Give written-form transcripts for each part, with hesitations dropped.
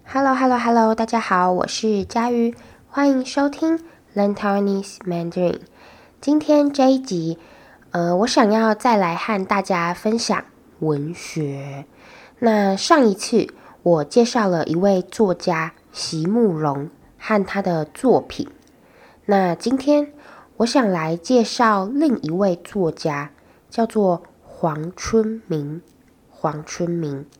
Hello，大家好，我是佳瑜，欢迎收听 Learn Taiwanese Mandarin。今天这一集，我想要再来和大家分享文学。那上一次我介绍了一位作家席慕容和他的作品，那今天我想来介绍另一位作家，叫做黄春明。黄春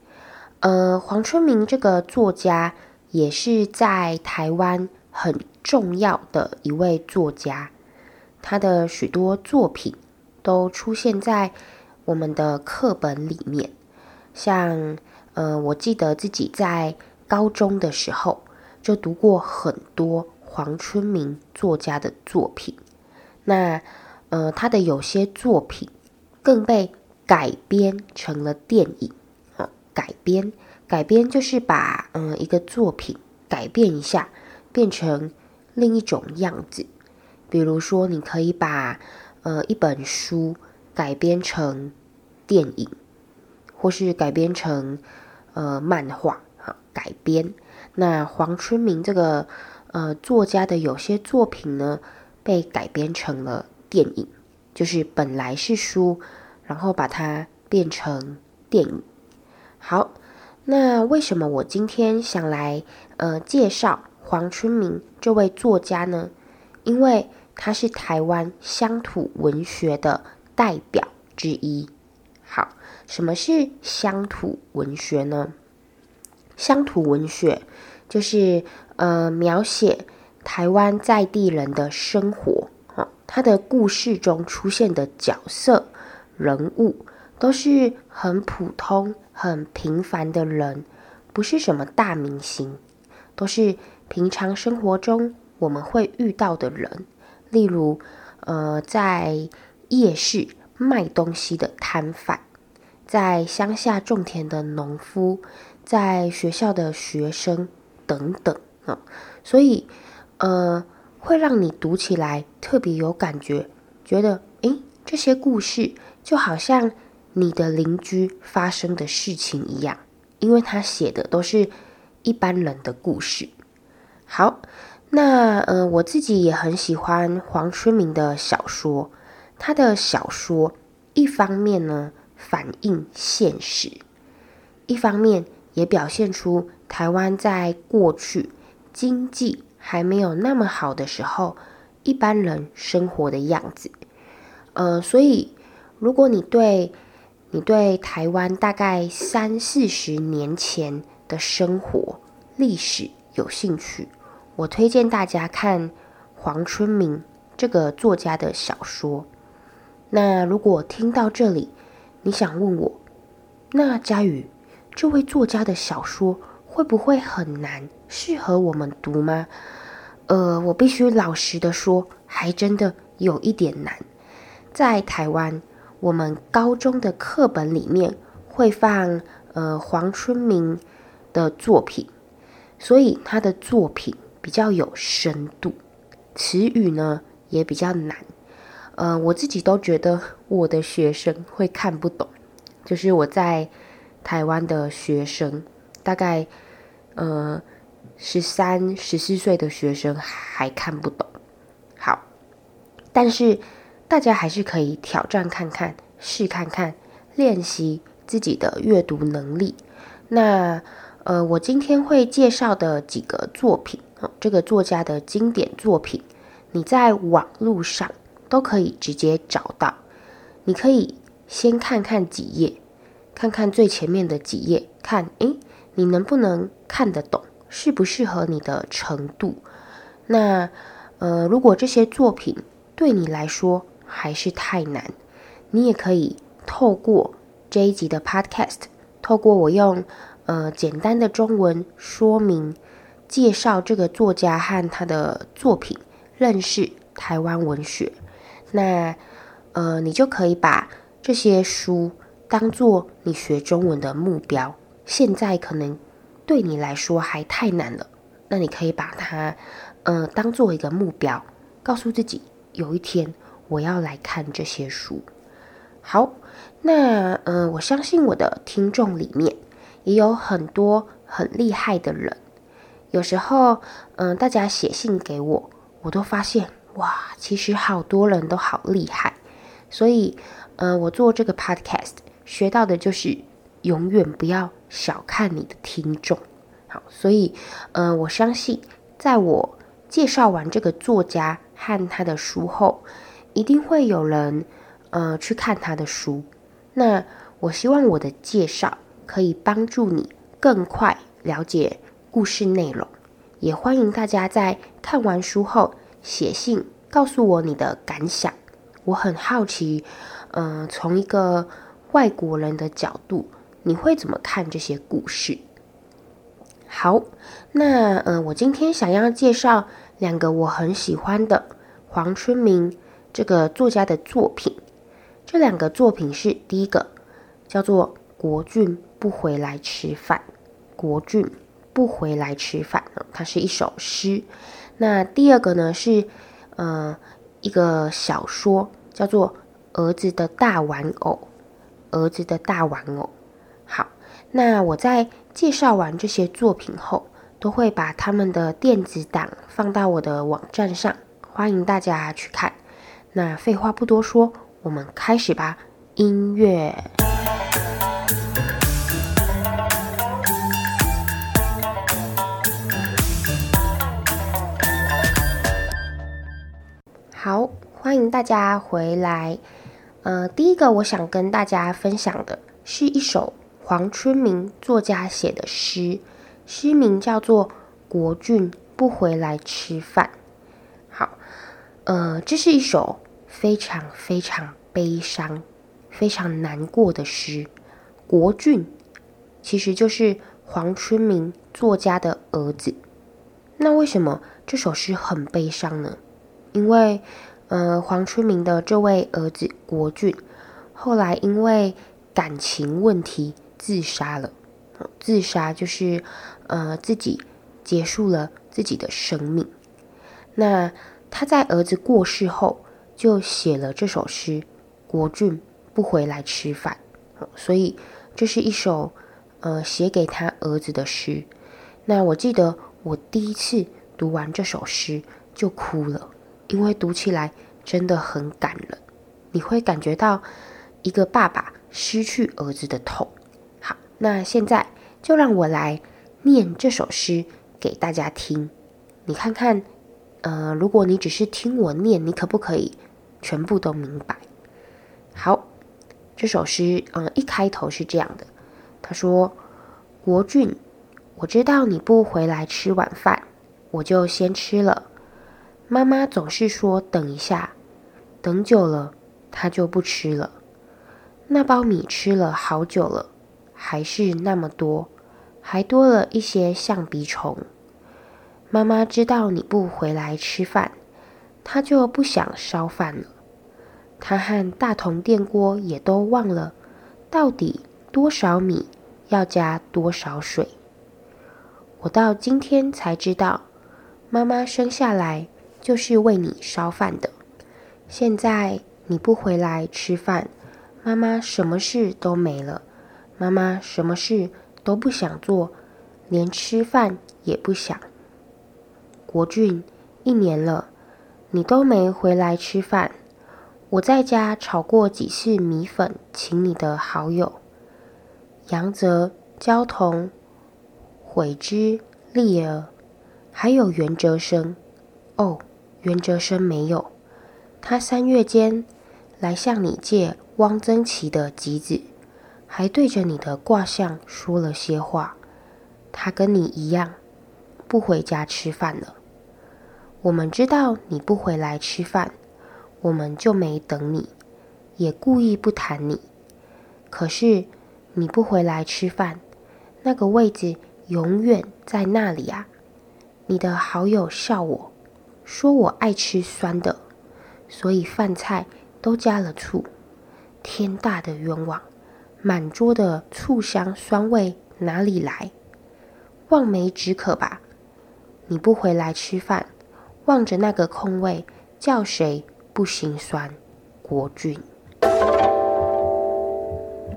明这个作家也是在台湾很重要的一位作家，他的许多作品都出现在我们的课本里面。像我记得自己在高中的时候就读过很多黄春明作家的作品。那他的有些作品更被改编成了电影。改编就是把一个作品改变一下，变成另一种样子。比如说，你可以把一本书改编成电影，或是改编成漫画改编。那黄春明这个作家的有些作品呢，被改编成了电影，就是本来是书，然后把它变成电影。好，那为什么我今天想来介绍黄春明这位作家呢？因为他是台湾乡土文学的代表之一。好，什么是乡土文学呢？乡土文学就是描写台湾在地人的生活，他的故事中出现的角色人物都是很普通很平凡的人，不是什么大明星，都是平常生活中我们会遇到的人。例如在夜市卖东西的摊贩，在乡下种田的农夫，在学校的学生等等所以会让你读起来特别有感觉，觉得这些故事就好像你的邻居发生的事情一样，因为他写的都是一般人的故事。好，那我自己也很喜欢黄春明的小说。他的小说一方面呢反映现实，一方面也表现出台湾在过去经济还没有那么好的时候，一般人生活的样子。所以如果你对台湾大概30-40年前的生活历史有兴趣，我推荐大家看黄春明这个作家的小说。那如果听到这里，你想问我，那佳宇，这位作家的小说会不会很难，适合我们读吗？我必须老实的说，还真的有一点难。在台湾，我们高中的课本里面会放黄春明的作品，所以他的作品比较有深度，词语呢也比较难。我自己都觉得我的学生会看不懂，就是我在台湾的学生，大概13-14岁的学生还看不懂。好，但是大家还是可以挑战看看，试看看，练习自己的阅读能力。那我今天会介绍的几个作品，这个作家的经典作品，你在网络上都可以直接找到。你可以先看看几页，看看最前面的几页，看你能不能看得懂，适不适合你的程度。那如果这些作品对你来说还是太难，你也可以透过这一集的 podcast， 透过我用简单的中文说明介绍这个作家和他的作品，认识台湾文学。那你就可以把这些书当作你学中文的目标。现在可能对你来说还太难了，那你可以把它当作一个目标，告诉自己有一天我要来看这些书。好，那我相信我的听众里面也有很多很厉害的人， 有时候大家写信给我，我都发现哇，其实好多人都好厉害。所以我做这个 podcast 学到的就是永远不要小看你的听众。好，所以我相信在我介绍完这个作家和他的书后，一定会有人去看他的书。那我希望我的介绍可以帮助你更快了解故事内容，也欢迎大家在看完书后写信告诉我你的感想。我很好奇，从一个外国人的角度，你会怎么看这些故事？好，那我今天想要介绍2个我很喜欢的黄春明这个作家的作品。这2个作品是第一个叫做国俊不回来吃饭，国俊不回来吃饭，它是一首诗。那第二个呢是一个小说，叫做儿子的大玩偶，儿子的大玩偶。好，那我在介绍完这些作品后，都会把他们的电子档放到我的网站上，欢迎大家去看。那废话不多说，我们开始吧。音乐。好，欢迎大家回来。第一个我想跟大家分享的是一首黄春明作家写的诗，诗名叫做《国俊不回来吃饭》。好，这是一首非常非常悲伤、非常难过的诗。国俊其实就是黄春明作家的儿子。那为什么这首诗很悲伤呢？因为黄春明的这位儿子国俊后来因为感情问题自杀了。自杀就是自己结束了自己的生命。那他在儿子过世后就写了这首诗，国俊不回来吃饭。所以这是一首写给他儿子的诗。那我记得我第一次读完这首诗就哭了，因为读起来真的很感人，你会感觉到一个爸爸失去儿子的痛。好，那现在就让我来念这首诗给大家听，你看看如果你只是听我念，你可不可以全部都明白？好，这首诗一开头是这样的，他说：国俊，我知道你不回来吃晚饭，我就先吃了。妈妈总是说等一下，等久了她就不吃了。那包米吃了好久了，还是那么多，还多了一些象鼻虫。妈妈知道你不回来吃饭，她就不想烧饭了。她和大同电锅也都忘了，到底多少米要加多少水。我到今天才知道，妈妈生下来就是为你烧饭的。现在你不回来吃饭，妈妈什么事都没了。妈妈什么事都不想做，连吃饭也不想。国俊，1年了，你都没回来吃饭。我在家炒过几次米粉，请你的好友杨泽、焦桐、悔之、丽儿，还有袁哲生。哦，袁哲生没有，他3月间来向你借汪曾祺的集子，还对着你的卦象说了些话。他跟你一样，不回家吃饭了。我们知道你不回来吃饭，我们就没等你，也故意不谈你。可是你不回来吃饭，那个位置永远在那里啊。你的好友笑我，说我爱吃酸的，所以饭菜都加了醋。天大的冤枉，满桌的醋香酸味哪里来？望梅止渴吧。你不回来吃饭，望着那个空位，叫谁不心酸？国俊。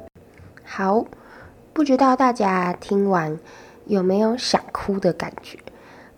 好，不知道大家听完有没有想哭的感觉？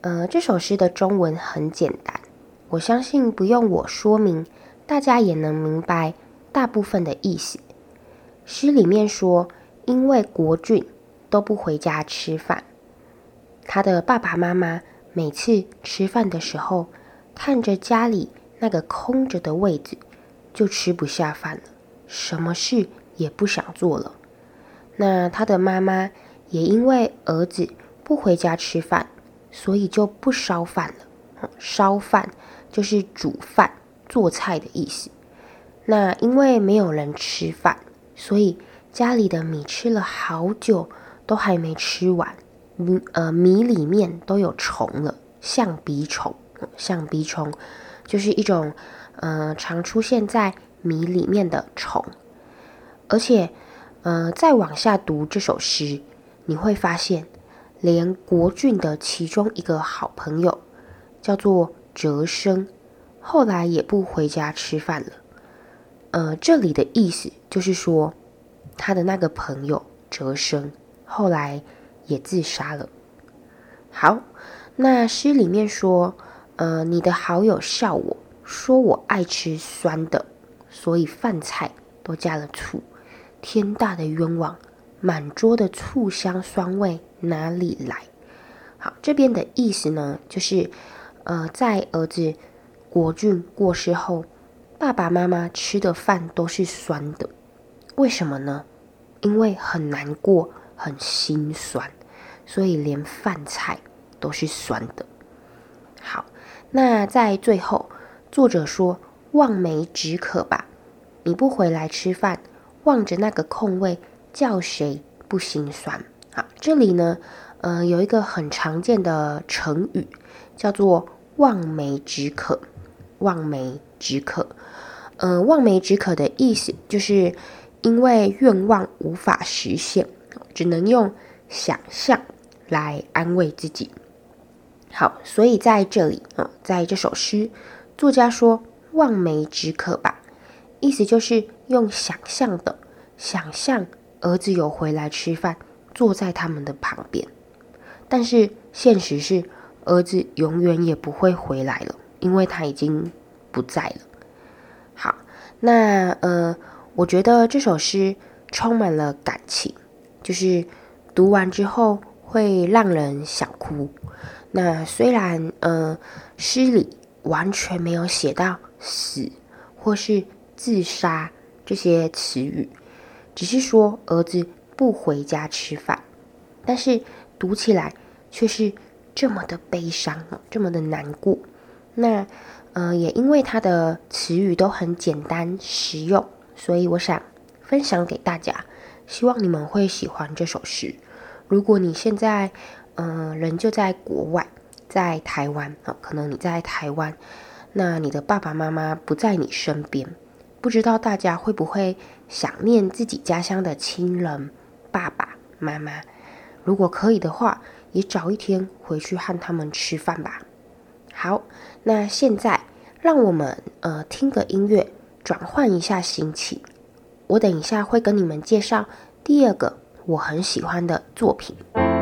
这首诗的中文很简单，我相信不用我说明，大家也能明白大部分的意思。诗里面说，因为国俊都不回家吃饭，他的爸爸妈妈每次吃饭的时候，看着家里那个空着的位置，就吃不下饭了，什么事也不想做了。那他的妈妈也因为儿子不回家吃饭，所以就不烧饭了。烧饭就是煮饭、做菜的意思。那因为没有人吃饭，所以家里的米吃了好久都还没吃完，米里面都有虫了，象鼻虫。象鼻虫就是一种常出现在米里面的虫。而且再往下读这首诗，你会发现连国俊的其中一个好朋友叫做哲生，后来也不回家吃饭了。这里的意思就是说，他的那个朋友哲生后来也自杀了。好，那诗里面说，你的好友笑我，说我爱吃酸的，所以饭菜都加了醋。天大的冤枉，满桌的醋香酸味哪里来？好，这边的意思呢，就是在儿子国俊过世后，爸爸妈妈吃的饭都是酸的。为什么呢？因为很难过，很心酸，所以连饭菜都是酸的。好，那在最后，作者说望梅止渴吧，你不回来吃饭，望着那个空位，叫谁不心酸？好，这里呢，有一个很常见的成语，叫做望梅止渴。望梅止渴，望梅止渴的意思就是因为愿望无法实现，只能用想象来安慰自己。好，所以在这里，在这首诗，作家说望梅止渴吧，意思就是用想象的，想象儿子有回来吃饭，坐在他们的旁边。但是现实是，儿子永远也不会回来了，因为他已经不在了。好，那我觉得这首诗充满了感情，就是读完之后会让人想哭。那虽然诗里完全没有写到死或是自杀这些词语，只是说儿子不回家吃饭，但是读起来却是这么的悲伤，这么的难过。那也因为它的词语都很简单实用，所以我想分享给大家，希望你们会喜欢这首诗。如果你现在人就在国外，在台湾，可能你在台湾，那你的爸爸妈妈不在你身边，不知道大家会不会想念自己家乡的亲人，爸爸妈妈？如果可以的话，也找一天回去和他们吃饭吧。好，那现在让我们听个音乐，转换一下心情。我等一下会跟你们介绍第二个我很喜欢的作品。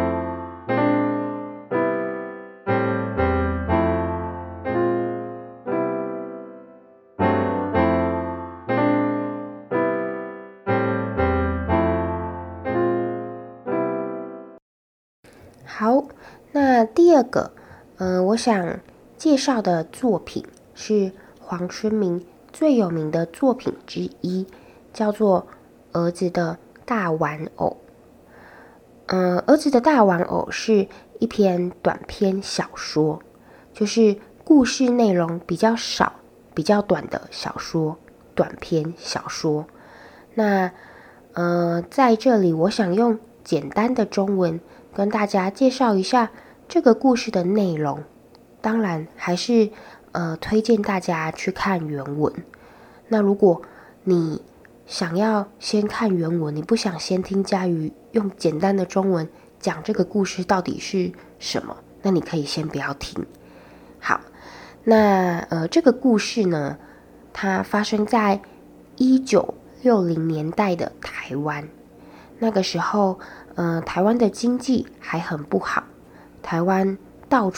好，那第二个，我想介绍的作品是黄春明最有名的作品之一，叫做《儿子的大玩偶》。儿子的大玩偶是一篇短篇小说，就是故事内容比较少、比较短的小说，短篇小说。那在这里，我想用简单的中文跟大家介绍一下这个故事的内容。当然，还是推荐大家去看原文。那如果你想要先看原文，你不想先听佳瑜用简单的中文讲这个故事到底是什么，那你可以先不要听。好，那这个故事呢，它发生在1960年代的台湾。那个时候，台湾的经济还很不好，台湾到处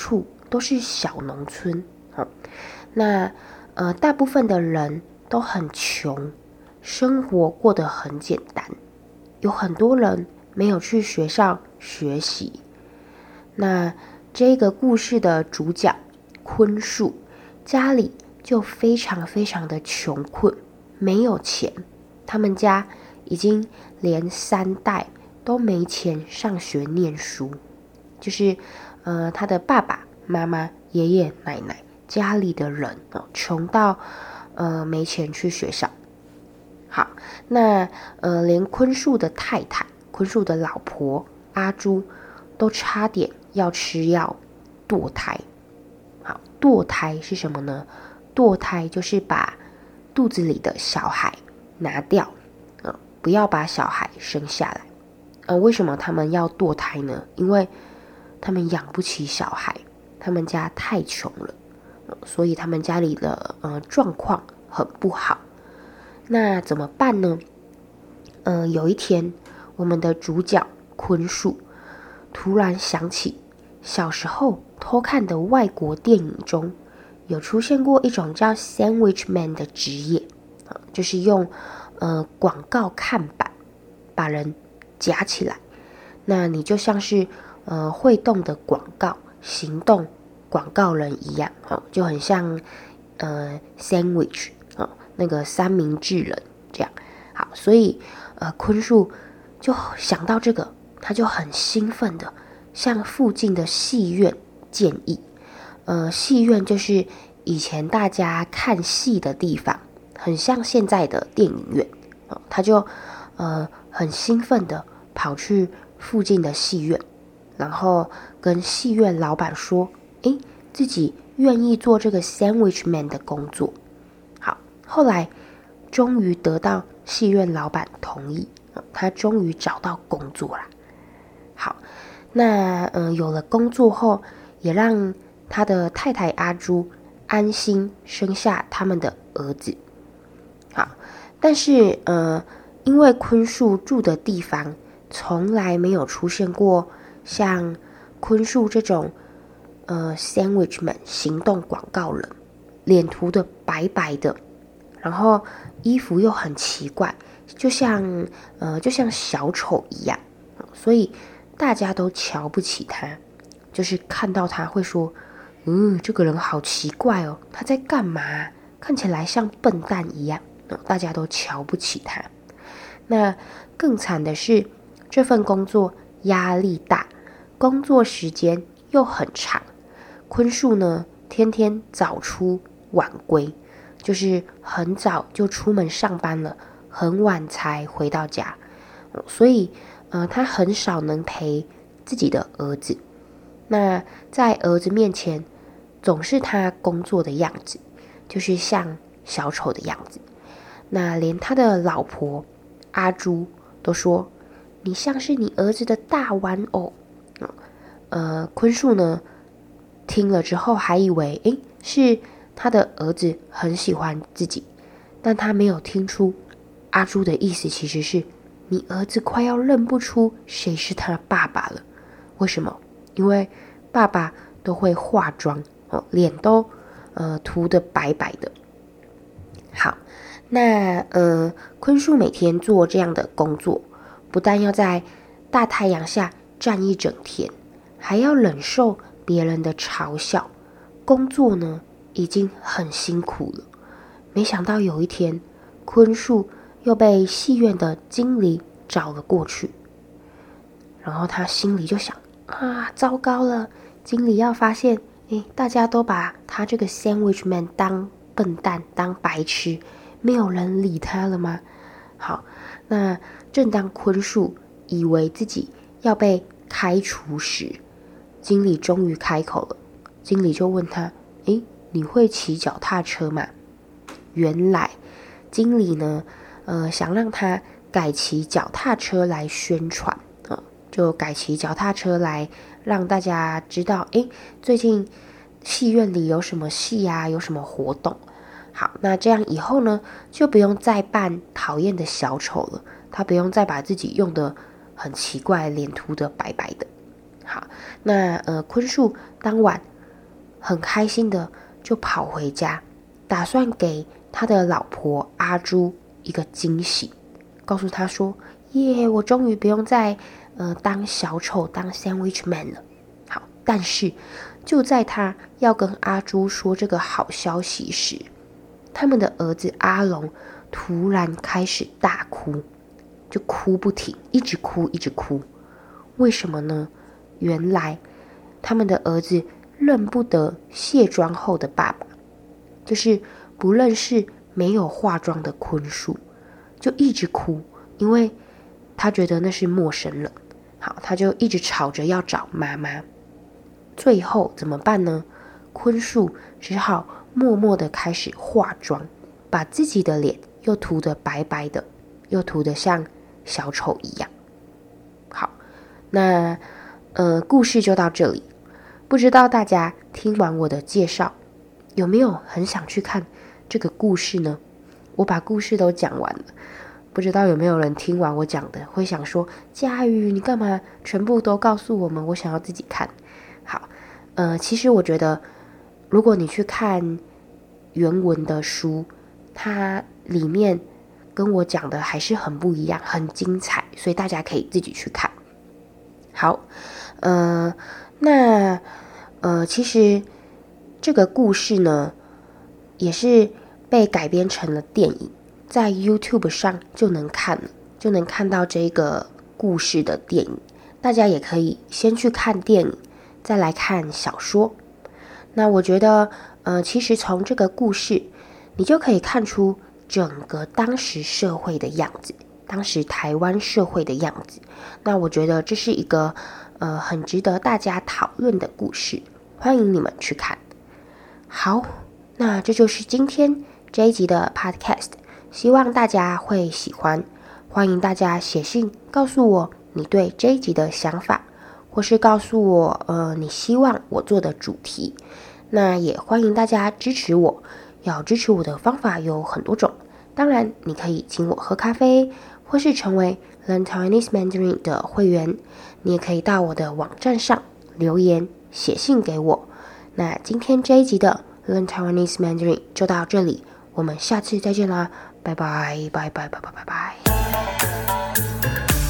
都是小农村。那大部分的人都很穷，生活过得很简单，有很多人没有去学校学习。那这个故事的主角坤树家里就非常非常的穷困，没有钱，他们家已经连3代都没钱上学念书，就是他的爸爸妈妈、爷爷奶奶家里的人穷到没钱去学校。好，那连坤树的太太、坤树的老婆阿朱都差点要吃药堕胎。好，堕胎是什么呢？堕胎就是把肚子里的小孩拿掉，不要把小孩生下来。为什么他们要堕胎呢？因为他们养不起小孩，他们家太穷了，所以他们家里的状况很不好。那怎么办呢？有一天，我们的主角坤树突然想起小时候偷看的外国电影中有出现过一种叫 Sandwich Man 的职业，就是用广告看板把人夹起来，那你就像是会动的广告行动广告人一样，就很像sandwich 那个三明治人这样。好，所以坤树就想到这个，他就很兴奋的向附近的戏院建议。戏院就是以前大家看戏的地方，很像现在的电影院。他就很兴奋的跑去附近的戏院，然后跟戏院老板说自己愿意做这个 Sandwich Man 的工作。好，后来终于得到戏院老板同意，他终于找到工作了。好，那有了工作后，也让他的太太阿朱安心生下他们的儿子。好，但是因为坤树住的地方从来没有出现过像坤树这种sandwich man 行动广告人，脸涂的白白的，然后衣服又很奇怪，就像小丑一样，所以大家都瞧不起他，就是看到他会说这个人好奇怪哦，他在干嘛？看起来像笨蛋一样，大家都瞧不起他。那更惨的是，这份工作压力大，工作时间又很长。坤树呢，天天早出晚归，就是很早就出门上班了，很晚才回到家，所以他很少能陪自己的儿子。那在儿子面前，总是他工作的样子，就是像小丑的样子。那连他的老婆阿朱都说，你像是你儿子的大玩偶。坤树呢，听了之后还以为是他的儿子很喜欢自己，但他没有听出阿朱的意思其实是你儿子快要认不出谁是他爸爸了。为什么？因为爸爸都会化妆，脸都涂得白白的。好，那坤树每天做这样的工作，不但要在大太阳下站一整天，还要忍受别人的嘲笑，工作呢已经很辛苦了。没想到有一天，坤树又被戏院的经理找了过去，然后他心里就想糟糕了，经理要发现大家都把他这个 sandwich man 当笨蛋当白痴，没有人理他了吗？好，那正当坤树以为自己要被开除时，经理终于开口了。经理就问他你会骑脚踏车吗？原来经理呢想让他改骑脚踏车来宣传，就改骑脚踏车来让大家知道最近戏院里有什么戏啊，有什么活动。好，那这样以后呢就不用再扮讨厌的小丑了，他不用再把自己用得很奇怪，脸涂得白白的。好，那坤树当晚很开心的就跑回家，打算给他的老婆阿朱一个惊喜，告诉他说：耶，我终于不用再当小丑当 sandwich man 了。好，但是就在他要跟阿朱说这个好消息时，他们的儿子阿龙突然开始大哭，就哭不停，一直哭一直哭。为什么呢？原来他们的儿子认不得卸妆后的爸爸，就是不认识没有化妆的坤树，就一直哭，因为他觉得那是陌生人。好，他就一直吵着要找妈妈。最后怎么办呢？坤树只好默默的开始化妆，把自己的脸又涂得白白的，又涂得像小丑一样。好，那故事就到这里。不知道大家听完我的介绍，有没有很想去看这个故事呢？我把故事都讲完了，不知道有没有人听完我讲的会想说，佳瑜你干嘛全部都告诉我们，我想要自己看。好，其实我觉得如果你去看原文的书，它里面跟我讲的还是很不一样，很精彩，所以大家可以自己去看。好，那其实这个故事呢，也是被改编成了电影，在 YouTube 上就能看了，就能看到这个故事的电影。大家也可以先去看电影，再来看小说。那我觉得，其实从这个故事，你就可以看出整个当时社会的样子，当时台湾社会的样子。那我觉得这是一个很值得大家讨论的故事，欢迎你们去看。好，那这就是今天这一集的 Podcast， 希望大家会喜欢。欢迎大家写信告诉我你对这一集的想法，或是告诉我你希望我做的主题。那也欢迎大家支持我，要支持我的方法有很多种。当然你可以请我喝咖啡，或是成为 Learn Taiwanese Mandarin 的会员。你也可以到我的网站上留言写信给我。那今天这一集的 Learn Taiwanese Mandarin 就到这里，我们下次再见啦，拜拜拜拜拜拜拜拜。